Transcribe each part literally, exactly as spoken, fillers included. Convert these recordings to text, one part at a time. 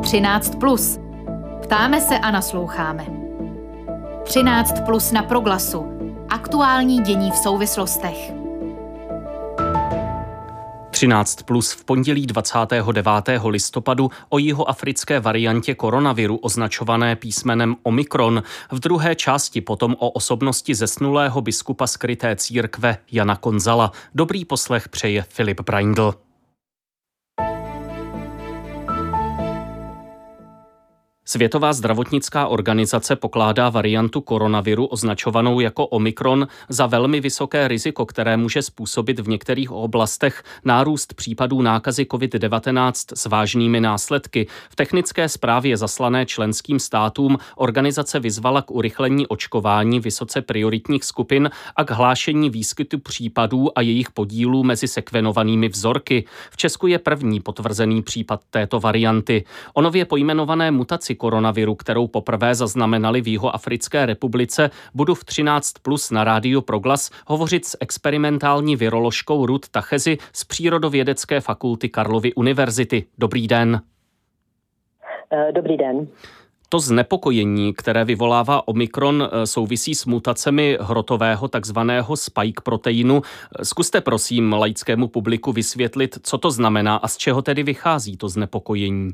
třináct plus. Ptáme se a nasloucháme. třináct plus na Proglasu. Aktuální dění v souvislostech. třináct plus v pondělí dvacátého devátého listopadu o jihoafrické variantě koronaviru označované písmenem Omikron. V druhé části potom o osobnosti zesnulého biskupa skryté církve Jana Konzala. Dobrý poslech přeje Filip Braindl. Světová zdravotnická organizace pokládá variantu koronaviru označovanou jako Omikron za velmi vysoké riziko, které může způsobit v některých oblastech nárůst případů nákazy covid devatenáct s vážnými následky. V technické zprávě zaslané členským státům organizace vyzvala k urychlení očkování vysoce prioritních skupin a k hlášení výskytu případů a jejich podílů mezi sekvenovanými vzorky. V Česku je první potvrzený případ této varianty. O nově pojmenované mutaci koronaviru, kterou poprvé zaznamenali v Jihoafrické republice, budu v třináct plus na rádiu Proglas hovořit s experimentální viroložkou Ruth Tachezi z Přírodovědecké fakulty Karlovy univerzity. Dobrý den. Dobrý den. To znepokojení, které vyvolává Omikron, souvisí s mutacemi hrotového takzvaného spike proteinu. Zkuste prosím laickému publiku vysvětlit, co to znamená a z čeho tedy vychází to znepokojení.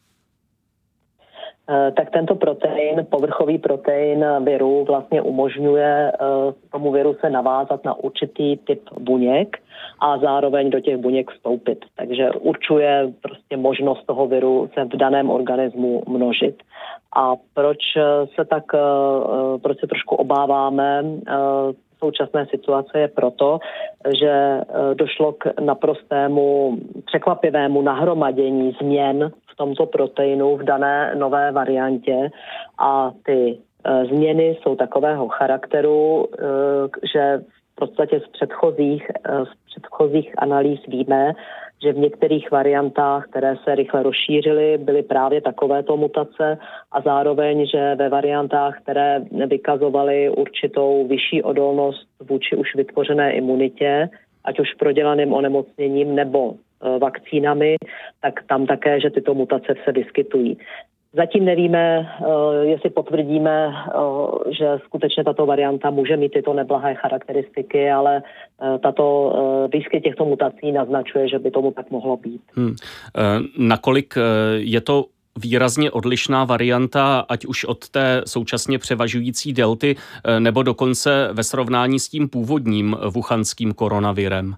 Tak tento protein, povrchový protein viru, vlastně umožňuje tomu viru se navázat na určitý typ buněk a zároveň do těch buněk vstoupit. Takže určuje prostě možnost toho viru se v daném organismu množit. A proč se tak, proč se trošku obáváme současné situace je proto, že došlo k naprostému překvapivému nahromadění změn v tomto proteinu v dané nové variantě a ty změny jsou takového charakteru, že v podstatě z předchozích, z předchozích analýz víme, že v některých variantách, které se rychle rozšířily, byly právě takovéto mutace a zároveň, že ve variantách, které vykazovaly určitou vyšší odolnost vůči už vytvořené imunitě, ať už prodělaným onemocněním nebo vakcínami, tak tam také, že tyto mutace se vyskytují. Zatím nevíme, jestli potvrdíme, že skutečně tato varianta může mít tyto neblahé charakteristiky, ale tato výskyt těchto mutací naznačuje, že by tomu tak mohlo být. Hmm. Nakolik je to výrazně odlišná varianta, ať už od té současně převažující delty, nebo dokonce ve srovnání s tím původním wuhanským koronavirem?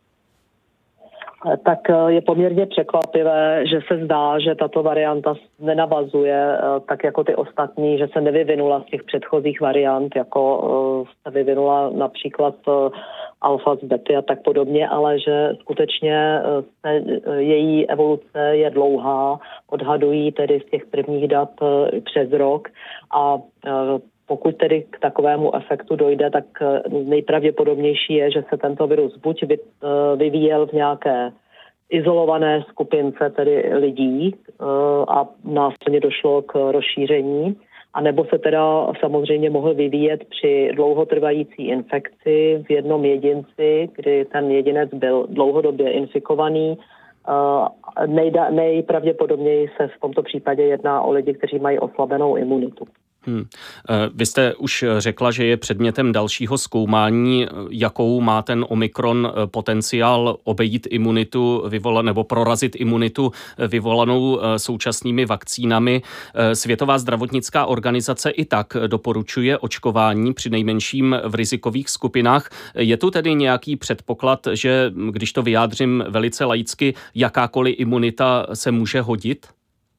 Tak je poměrně překvapivé, že se zdá, že tato varianta nenavazuje tak jako ty ostatní, že se nevyvinula z těch předchozích variant, jako se vyvinula například alfa z bety a tak podobně, ale že skutečně se, její evoluce je dlouhá, odhadují tedy z těch prvních dat přes rok a pokud tedy k takovému efektu dojde, tak nejpravděpodobnější je, že se tento virus buď vyvíjel v nějaké izolované skupince, tedy lidí, a následně došlo k rozšíření, anebo se teda samozřejmě mohl vyvíjet při dlouhotrvající infekci v jednom jedinci, kdy ten jedinec byl dlouhodobě infikovaný. Nejda, nejpravděpodobněji se v tomto případě jedná o lidi, kteří mají oslabenou imunitu. Hmm. Vy jste už řekla, že je předmětem dalšího zkoumání, jakou má ten Omikron potenciál obejít imunitu vyvola, nebo prorazit imunitu vyvolanou současnými vakcínami. Světová zdravotnická organizace i tak doporučuje očkování přinejmenším v rizikových skupinách. Je tu tedy nějaký předpoklad, že, když to vyjádřím velice laicky, jakákoliv imunita se může hodit?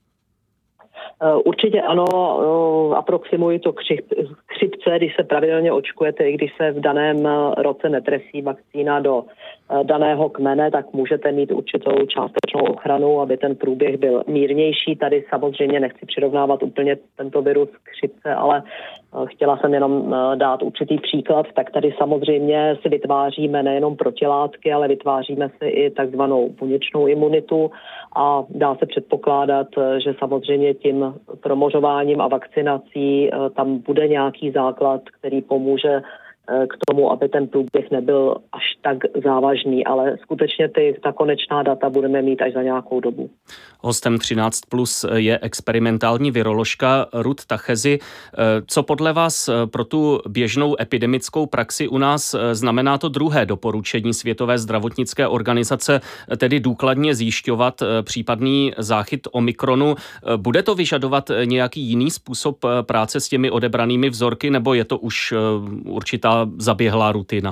Určitě ano, aproximuji to k chřipce, když se pravidelně očkujete, i když se v daném roce netresí vakcína do daného kmene, tak můžete mít určitou částečnou ochranu, aby ten průběh byl mírnější. Tady samozřejmě nechci přirovnávat úplně tento virus k chřipce, ale chtěla jsem jenom dát určitý příklad, tak tady samozřejmě si vytváříme nejenom protilátky, ale vytváříme si i takzvanou buněčnou imunitu a dá se předpokládat, že samozřejmě tím promořováním a vakcinací tam bude nějaký základ, který pomůže k tomu, aby ten průběh nebyl až tak závažný, ale skutečně ty, ta konečná data budeme mít až za nějakou dobu. Hostem třináct plus je experimentální viroložka Ruth Tachezi. Co podle vás pro tu běžnou epidemickou praxi u nás znamená to druhé doporučení Světové zdravotnické organizace, tedy důkladně zjišťovat případný záchyt omikronu? Bude to vyžadovat nějaký jiný způsob práce s těmi odebranými vzorky, nebo je to už určitá zaběhlá rutina?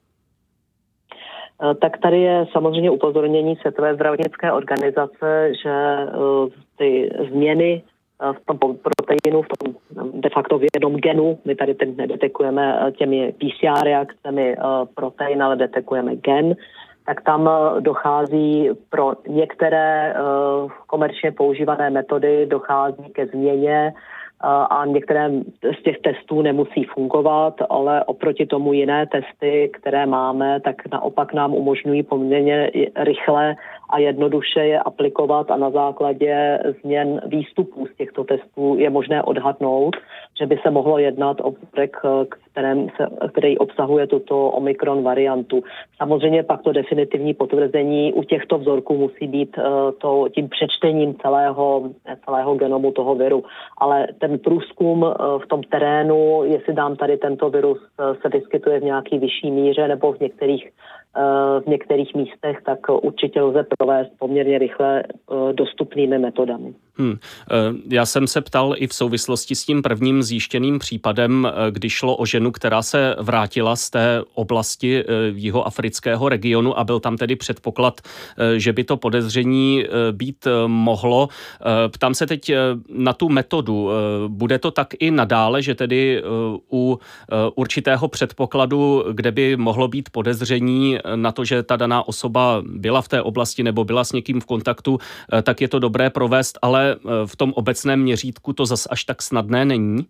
Tak tady je samozřejmě upozornění Světové zdravotnické organizace, že ty změny v tom proteinu, v tom de facto v jednom genu, my tady teď nedetekujeme těmi P C R reakcemi protein, ale detekujeme gen, tak tam dochází pro některé komerčně používané metody dochází ke změně a některé z těch testů nemusí fungovat, ale oproti tomu jiné testy, které máme, tak naopak nám umožňují poměrně rychle a jednoduše je aplikovat a na základě změn výstupů z těchto testů je možné odhadnout, že by se mohlo jednat o vzorek, kterém se, který obsahuje tuto omikron variantu. Samozřejmě pak to definitivní potvrzení u těchto vzorků musí být to, tím přečtením celého, celého genomu toho viru. Ale ten průzkum v tom terénu, jestli dám tady tento virus se vyskytuje v nějaký vyšší míře nebo v některých v některých místech, tak určitě lze provést poměrně rychle dostupnými metodami. Hmm. Já jsem se ptal i v souvislosti s tím prvním zjištěným případem, kdy šlo o ženu, která se vrátila z té oblasti jihoafrického regionu a byl tam tedy předpoklad, že by to podezření být mohlo. Ptám se teď na tu metodu. Bude to tak i nadále, že tedy u určitého předpokladu, kde by mohlo být podezření na to, že ta daná osoba byla v té oblasti nebo byla s někým v kontaktu, tak je to dobré provést, ale v tom obecném měřítku to zas až tak snadné není?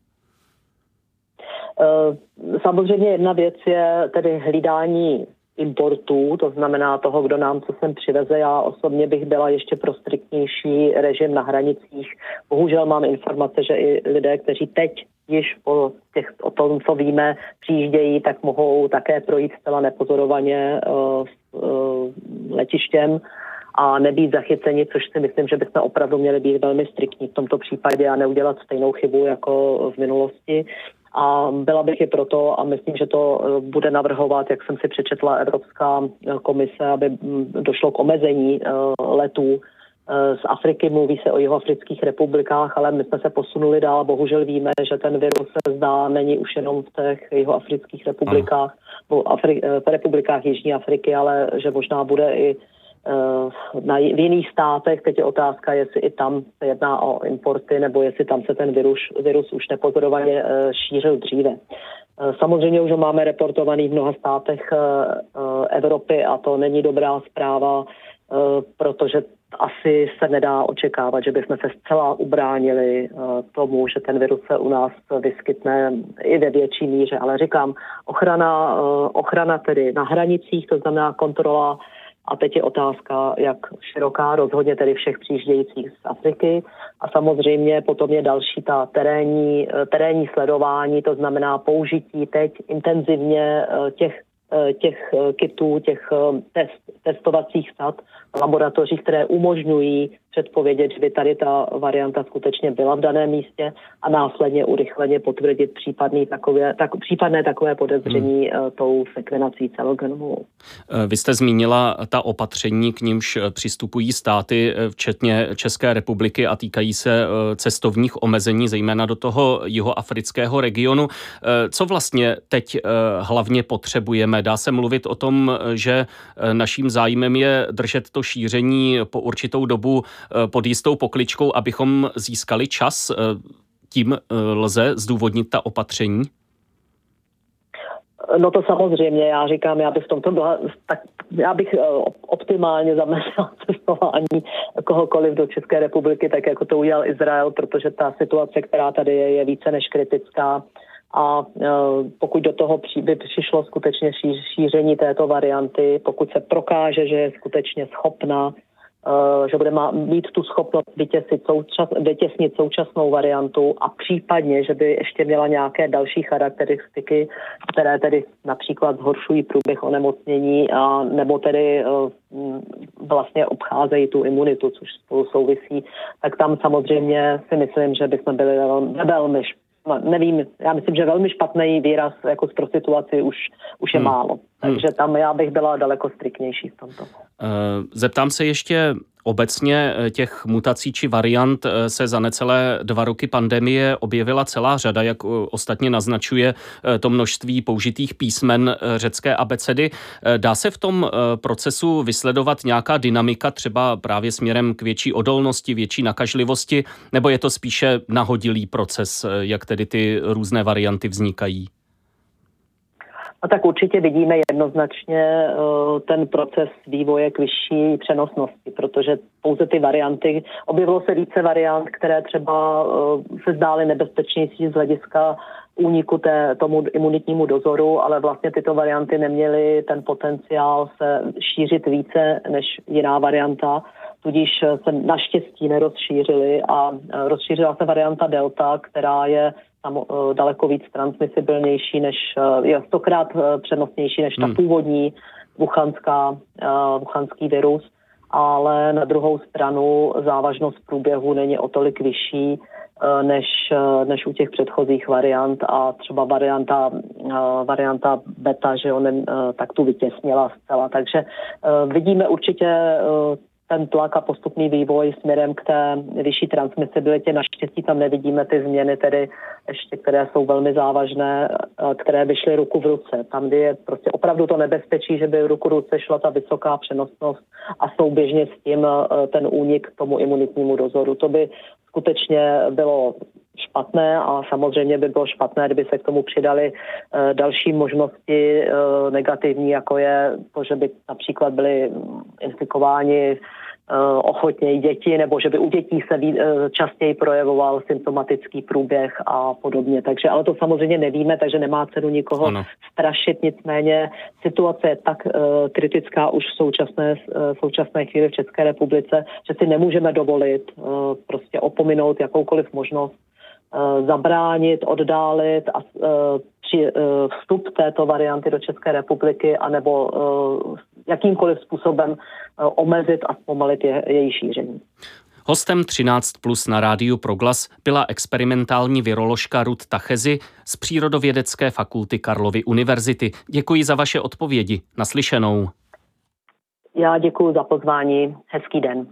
Samozřejmě jedna věc je tedy hlídání importů, to znamená toho, kdo nám co sem přiveze. Já osobně bych byla ještě pro striktnější režim na hranicích. Bohužel mám informace, že i lidé, kteří teď již po těch, o tom, co víme, přijíždějí, tak mohou také projít zcela nepozorovaně uh, uh, letištěm a nebýt zachyceni, což si myslím, že bychom opravdu měli být velmi striktní v tomto případě a neudělat stejnou chybu jako v minulosti. A byla bych i proto, a myslím, že to bude navrhovat, jak jsem si přečetla, Evropská komise, aby došlo k omezení letů z Afriky. Mluví se o jihoafrických republikách, ale my jsme se posunuli dál. Bohužel víme, že ten virus se zdá není už jenom v těch jihoafrických republikách, v, Afri- v republikách Jižní Afriky, ale že možná bude i na, v jiných státech. Teď je otázka, jestli i tam se jedná o importy, nebo jestli tam se ten virus, virus už nepozorovaně šířil dříve. Samozřejmě už ho máme reportovaný v mnoha státech Evropy a to není dobrá zpráva, protože asi se nedá očekávat, že bychom se zcela ubránili tomu, že ten virus se u nás vyskytne i ve větší míře. Ale říkám, ochrana, ochrana tedy na hranicích, to znamená kontrola. A teď je otázka, jak široká, rozhodně tedy všech přijíždějících z Afriky. A samozřejmě potom je další ta terénní, terénní sledování, to znamená použití teď intenzivně těch, těch kitů, těch test, testovacích sad, laboratoří, které umožňují předpovědět, že by tady ta varianta skutečně byla v daném místě a následně urychleně potvrdit případný takové, tak, případné takové podezření hmm. tou sekvenací celogenomovou. Vy jste zmínila ta opatření, k nimž přistupují státy, včetně České republiky a týkají se cestovních omezení, zejména do toho jihoafrického regionu. Co vlastně teď hlavně potřebujeme? Dá se mluvit o tom, že naším zájmem je držet to šíření po určitou dobu pod jistou pokličkou, abychom získali čas? Tím lze zdůvodnit ta opatření? No to samozřejmě, já říkám, já bych v tomto byla, tak já bych optimálně zamezila cestování kohokoliv do České republiky, tak jako to udělal Izrael, protože ta situace, která tady je, je více než kritická. A pokud do toho by přišlo skutečně šíření této varianty, pokud se prokáže, že je skutečně schopna že bude mít tu schopnost vytěsnit součas, vytěsnit současnou variantu a případně, že by ještě měla nějaké další charakteristiky, které tedy například zhoršují průběh onemocnění a nebo tedy vlastně obcházejí tu imunitu, což spolu souvisí, tak tam samozřejmě si myslím, že bychom byli velmi nevím, já myslím, že velmi špatný výraz jako z pro situaci už, už je hmm. málo. Takže tam já bych byla daleko striktnější v tomto. Zeptám se ještě obecně těch mutací či variant se za necelé dva roky pandemie objevila celá řada, jak ostatně naznačuje to množství použitých písmen řecké abecedy. Dá se v tom procesu vysledovat nějaká dynamika, třeba právě směrem k větší odolnosti, větší nakažlivosti, nebo je to spíše nahodilý proces, jak tedy ty různé varianty vznikají? No tak určitě vidíme jednoznačně uh, ten proces vývoje k vyšší přenosnosti, protože pouze ty varianty, objevilo se více variant, které třeba uh, se zdály nebezpečnější z hlediska úniku té, tomu imunitnímu dozoru, ale vlastně tyto varianty neměly ten potenciál se šířit více než jiná varianta, tudíž se naštěstí nerozšířily a rozšířila se varianta Delta, která je tam daleko víc transmisibilnější, než je stokrát přenosnější než ta hmm. původní wuhanská, wuhanský virus, ale na druhou stranu závažnost průběhu není o tolik vyšší než, než u těch předchozích variant a třeba varianta, varianta beta, že on tak tu vytěsnila zcela. Takže vidíme určitě ten tlak a postupný vývoj směrem k té vyšší transmisibilitě. Naštěstí tam nevidíme ty změny, tedy ještě, které jsou velmi závažné, které by šly ruku v ruce. Tam, kdy je prostě opravdu to nebezpečí, že by ruku v ruce šla ta vysoká přenosnost a souběžně s tím ten únik k tomu imunitnímu dozoru. To by skutečně bylo špatné a samozřejmě by bylo špatné, kdyby se k tomu přidali e, další možnosti e, negativní, jako je to, že by například byli infikováni e, ochotněji děti, nebo že by u dětí se ví, e, častěji projevoval symptomatický průběh a podobně. Takže, ale to samozřejmě nevíme, takže nemá cenu nikoho ano. strašit. Nicméně situace je tak e, kritická už v současné, e, současné chvíli v České republice, že si nemůžeme dovolit e, prostě opominout jakoukoliv možnost zabránit, oddálit a při vstup této varianty do České republiky anebo jakýmkoliv způsobem omezit a zpomalit je, její šíření. Hostem třináct plus na rádiu Proglas byla experimentální viroložka Ruth Tachezi z Přírodovědecké fakulty Karlovy univerzity. Děkuji za vaše odpovědi. Naslyšenou. Já děkuji za pozvání. Hezký den.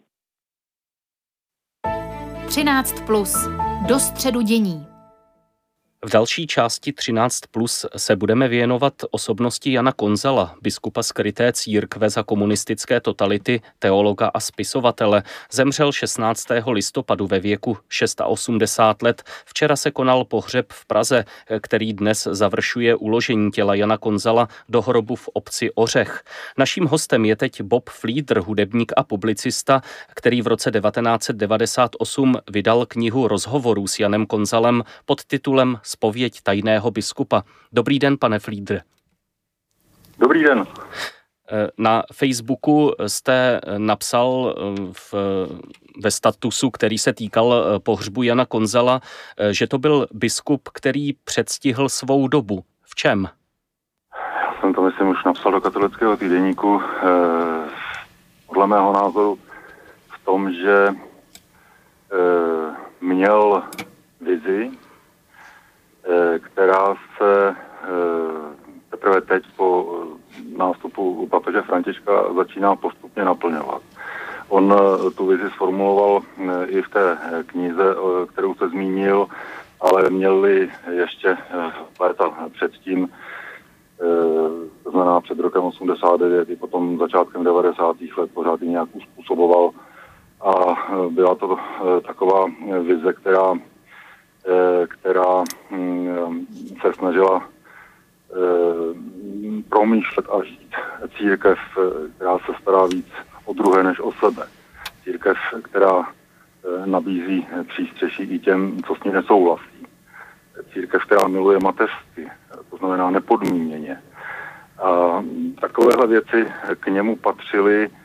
třináct plus. Do středu dění. V další části třináct plus se budeme věnovat osobnosti Jana Konzala, biskupa skryté církve za komunistické totality, teologa a spisovatele. Zemřel šestnáctého listopadu ve věku osmdesát šest let. Včera se konal pohřeb v Praze, který dnes završuje uložení těla Jana Konzala do hrobu v obci Ořech. Naším hostem je teď Bob Fliedr, hudebník a publicista, který v roce devatenáct set devadesát osm vydal knihu rozhovorů s Janem Konzalem pod titulem Zpověď tajného biskupa. Dobrý den, pane Fliedr. Dobrý den. Na Facebooku jste napsal v, ve statusu, který se týkal pohřbu Jana Konzala, že to byl biskup, který předstihl svou dobu. V čem? Já jsem to, myslím, už napsal do katolického týdeníku. Eh, podle mého názoru v tom, že eh, měl vizi, která se teprve teď po nástupu papeže Františka začíná postupně naplňovat. On tu vizi sformuloval i v té knize, kterou se zmínil, ale měli ještě léta předtím, to znamená před rokem osmdesát devět i potom začátkem devadesátých let pořád ji nějak uspůsoboval a byla to taková vize, která která se snažila promýšlet a žít církev, která se stará víc o druhé než o sebe. Církev, která nabízí přístřeší i těm, co s ní nesouhlasí. Církev, která miluje mateřství, to znamená nepodmíněně. A takovéhle věci k němu patřily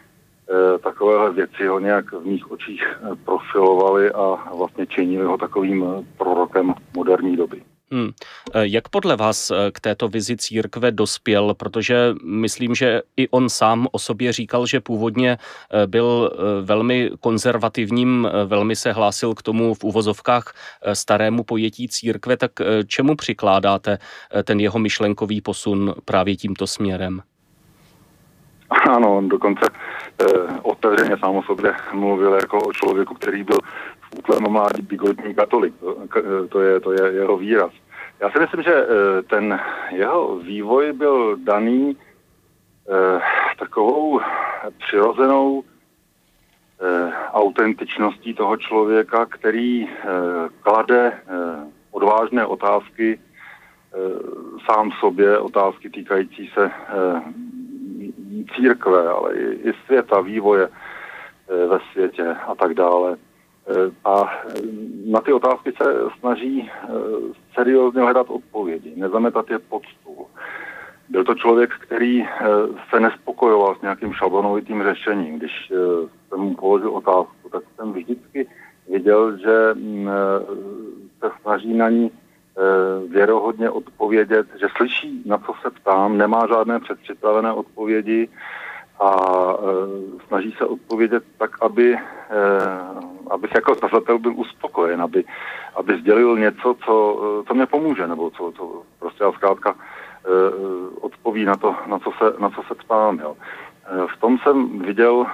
takovéhle věci ho nějak v mých očích profilovali a vlastně činili ho takovým prorokem moderní doby. Hmm. Jak podle vás k této vizi církve dospěl? Protože myslím, že i on sám o sobě říkal, že původně byl velmi konzervativním, velmi se hlásil k tomu v uvozovkách starému pojetí církve. Tak čemu přikládáte ten jeho myšlenkový posun právě tímto směrem? Ano, on dokonce eh, otevřeně sám o sobě mluvil jako o člověku, který byl v útlém mládí bigotní katolik. To, to, je, to je jeho výraz. Já si myslím, že eh, ten jeho vývoj byl daný eh, takovou přirozenou eh, autentičností toho člověka, který eh, klade eh, odvážné otázky eh, sám sobě, otázky týkající se eh, církve, ale i, i světa, vývoje e, ve světě a tak dále. E, a na ty otázky se snaží e, seriózně hledat odpovědi, nezametat je pod stůl. Byl to člověk, který e, se nespokojoval s nějakým šablonovitým řešením. Když e, jsem mu položil otázku, tak jsem vždycky viděl, že m, se snaží na ní věrohodně odpovědět, že slyší, na co se ptám, nemá žádné předpřipravené odpovědi a e, snaží se odpovědět tak, aby, e, abych jako tazatel byl uspokojen, aby, aby sdělil něco, co, co mě pomůže, nebo co, co prostě a zkrátka e, odpoví na to, na co se, na co se ptám. Jo. E, v tom jsem viděl e,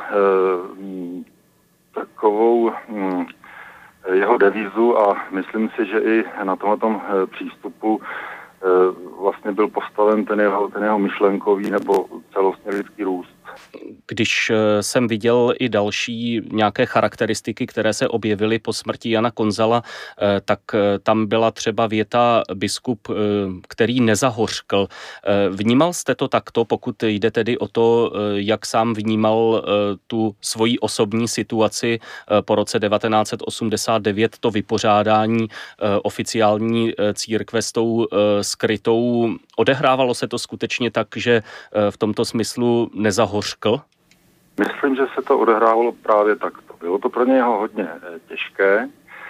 takovou m, jeho devízu a myslím si, že i na tomto přístupu vlastně byl postaven ten jeho, ten jeho myšlenkový nebo celostně lidský růst. Když jsem viděl i další nějaké charakteristiky, které se objevily po smrti Jana Konzala, tak tam byla třeba věta biskup, který nezahořkl. Vnímal jste to takto, pokud jde tedy o to, jak sám vnímal tu svoji osobní situaci po roce devatenáct set osmdesát devět, to vypořádání oficiální církve s tou skrytou? Odehrávalo se to skutečně tak, že v tomto smyslu nezahořkl? Myslím, že se to odehrávalo právě takto. Bylo to pro něho hodně těžké,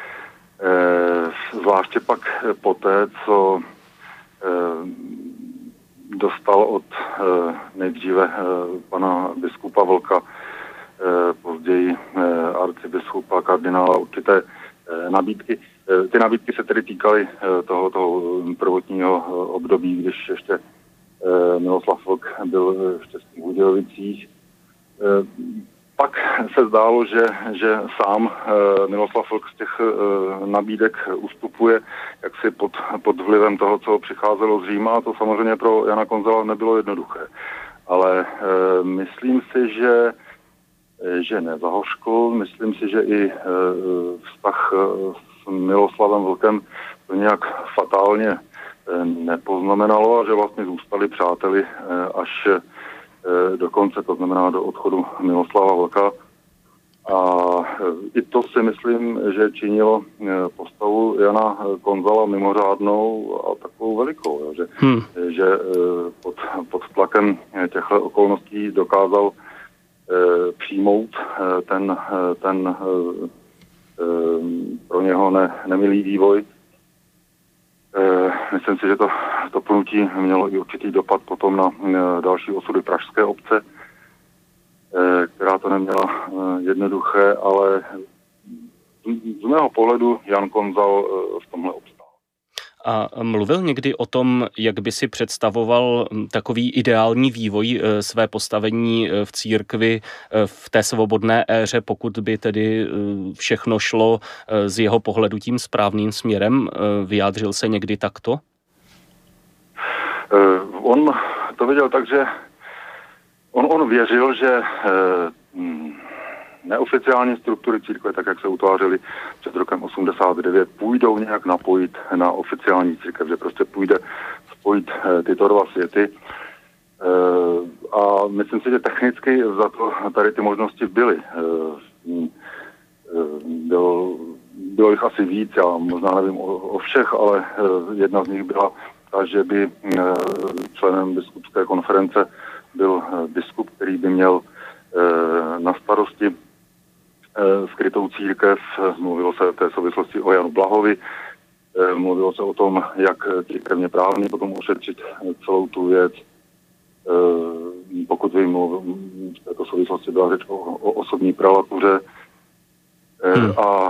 zvláště pak poté, co dostal od nejdříve pana biskupa Vlka, později arcibiskupa kardinála určité nabídky. Ty nabídky se tedy týkaly toho, toho prvotního období, když ještě Miloslav Vlk byl v Českých Budějovicích. Pak se zdálo, že, že sám Miloslav Vlk z těch nabídek ustupuje jaksi pod, pod vlivem toho, co přicházelo z Říma, a to samozřejmě pro Jana Konzala nebylo jednoduché. Ale myslím si, že, že nezahořkl, myslím si, že i vztah s Miloslavem Vlkem to nějak fatálně nepoznamenalo a že vlastně zůstali přáteli až do konce, to znamená do odchodu Miloslava Vlka. A i to si myslím, že činilo postavu Jana Konzala mimořádnou a takovou velikou, že, hmm. že pod, pod tlakem těchto okolností dokázal přijmout ten, ten pro něho ne, nemilý vývoj. Myslím si, že to, to pnutí mělo i určitý dopad potom na další osudy pražské obce, která to neměla jednoduché, ale z mého pohledu Jan Konzal v tomhle obstál. A mluvil někdy o tom, jak by si představoval takový ideální vývoj své postavení v církvi v té svobodné éře, pokud by tedy všechno šlo z jeho pohledu tím správným směrem? Vyjádřil se někdy takto? On to viděl tak, že on, on věřil, že neoficiální struktury církve, tak jak se utvářely před rokem osmdesát devět, půjdou nějak napojit na oficiální církev, že prostě půjde spojit tyto dva světy. A myslím si, že technicky za to tady ty možnosti byly. Bylo, bylo jich asi víc, já možná nevím o, o všech, ale jedna z nich byla ta, že by členem biskupské konference byl biskup, který by měl na starosti skrytou církev. Mluvilo se v té souvislosti o Janu Blahovi. Mluvilo se o tom, jak církevně právně potom ošetřit celou tu věc. Pokud vím, v této souvislosti byla řeč o, o osobní prelatuře. Hmm. A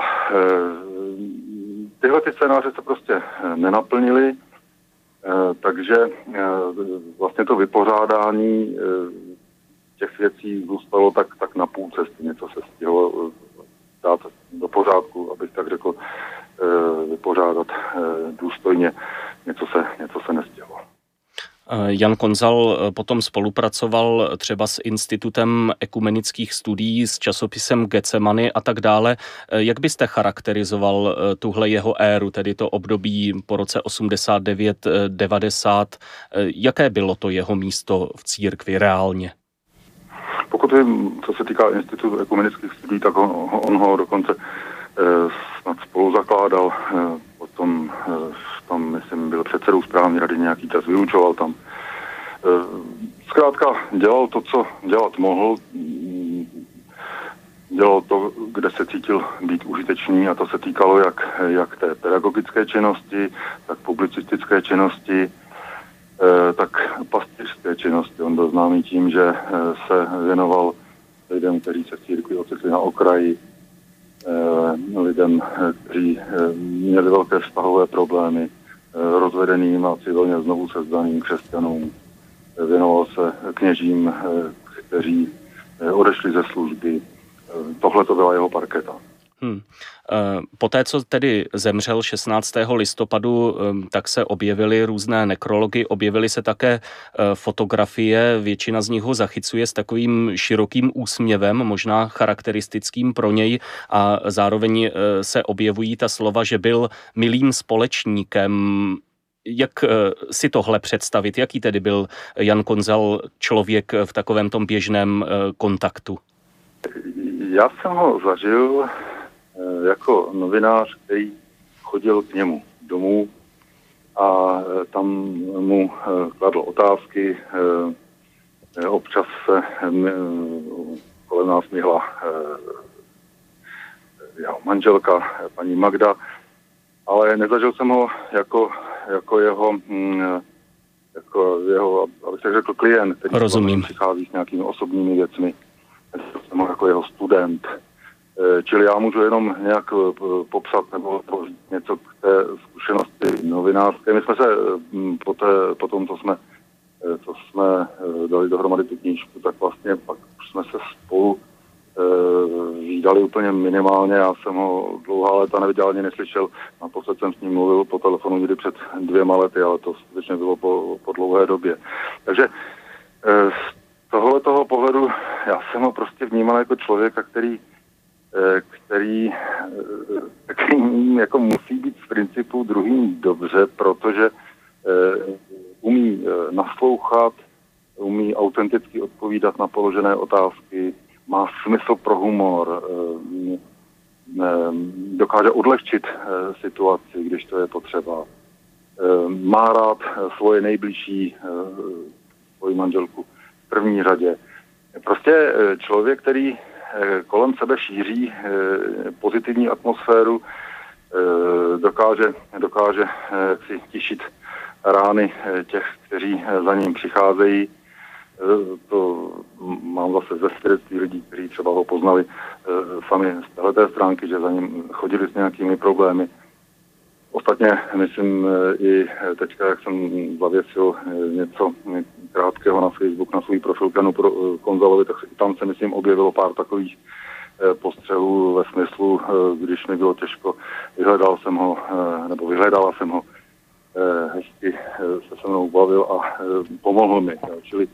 tyhle ty scénáře se prostě nenaplnily, takže vlastně to vypořádání těch věcí zůstalo tak, tak na půl cesty. Něco se stihlo dát do pořádku, abych tak řekl, vypořádat důstojně. Něco se, něco se nestihlo. Jan Konzal potom spolupracoval třeba s Institutem ekumenických studií, s časopisem Getsemany a tak dále. Jak byste charakterizoval tuhle jeho éru, tedy to období po roce osmdesát devět devadesát? Jaké bylo to jeho místo v církvi reálně? Pokud vím, co se týká Institutu ekumenických studií, tak on, on ho dokonce eh, snad spolu zakládal, eh, potom eh, tam, myslím, byl předsedou správní rady, nějaký čas vyučoval tam. Eh, zkrátka dělal to, co dělat mohl, dělal to, kde se cítil být užitečný, a to se týkalo jak, jak té pedagogické činnosti, tak publicistické činnosti, tak pastýřské činnosti. On byl známý tím, že se věnoval lidem, kteří se v církvi ocitli na okraji, lidem, kteří měli velké vztahové problémy, rozvedeným a civilně znovu sezdaným křesťanům. Věnoval se kněžím, kteří odešli ze služby. Tohle to byla jeho parketa. Hmm. Poté, co tedy zemřel šestnáctého listopadu, tak se objevily různé nekrology, objevily se také fotografie, většina z nich ho zachycuje s takovým širokým úsměvem, možná charakteristickým pro něj, a zároveň se objevují ta slova, že byl milým společníkem. Jak si tohle představit? Jaký tedy byl Jan Konzal člověk v takovém tom běžném kontaktu? Já jsem ho zažil jako novinář, který chodil k němu domů a tam mu kladl otázky. Občas se kolem nás myhla jeho manželka, paní Magda, ale nezažil jsem ho jako, jako jeho, jako jeho, abych tak řekl, klient, který Rozumím. přichází s nějakými osobními věcmi. Nezažil jsem ho jako jeho student. Čili já můžu jenom nějak popsat nebo něco k té zkušenosti novinářské. My jsme se po, té, po tom, co jsme, co jsme dali dohromady tu knížku, tak vlastně pak už jsme se spolu vídali úplně minimálně. Já jsem ho dlouhá léta neviděl ani neslyšel. Naposled jsem s ním mluvil po telefonu někdy před dvěma lety, ale to skutečně bylo po, po dlouhé době. Takže z tohohle toho pohledu já jsem ho prostě vnímal jako člověka, který který, který jako musí být z principu druhým dobře, protože umí naslouchat, umí autenticky odpovídat na položené otázky, má smysl pro humor, dokáže odlehčit situaci, když to je potřeba. Má rád svoje nejbližší, svoji manželku v první řadě. Prostě člověk, který kolem sebe šíří pozitivní atmosféru, dokáže, dokáže si tišit rány těch, kteří za ním přicházejí. To mám zase ze svědectví lidí, kteří třeba ho poznali sami z téhleté stránky, že za ním chodili s nějakými problémy. Ostatně, myslím, i teďka, jak jsem zavěsil něco krátkého na Facebook, na svůj profil Janu Konzalovi, tak tam se, myslím, objevilo pár takových postřehů ve smyslu, když mi bylo těžko, vyhledal jsem ho, nebo vyhledala jsem ho, hezky se se mnou bavil a pomohl mi. Čili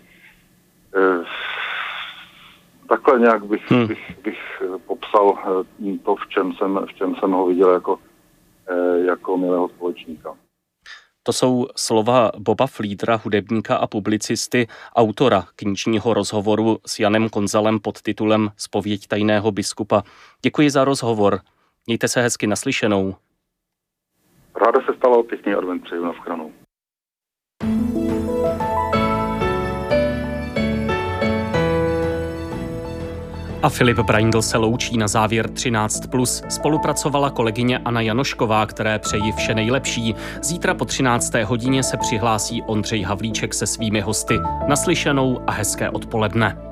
takhle nějak bych, hmm. bych, bych popsal to, v čem jsem, v čem jsem ho viděl jako jako milého společníka. To jsou slova Boba Fliedra, hudebníka a publicisty, autora knižního rozhovoru s Janem Konzalem pod titulem Zpověď tajného biskupa. Děkuji za rozhovor. Mějte se hezky, naslyšenou. Ráda se stalo, pěkný advent přeju, nashledanou. A Filip Braindl se loučí na závěr třináct plus. Spolupracovala kolegyně Anna Janošková, které přeji vše nejlepší. Zítra po třinácté hodině se přihlásí Ondřej Havlíček se svými hosty. Naslyšenou a hezké odpoledne.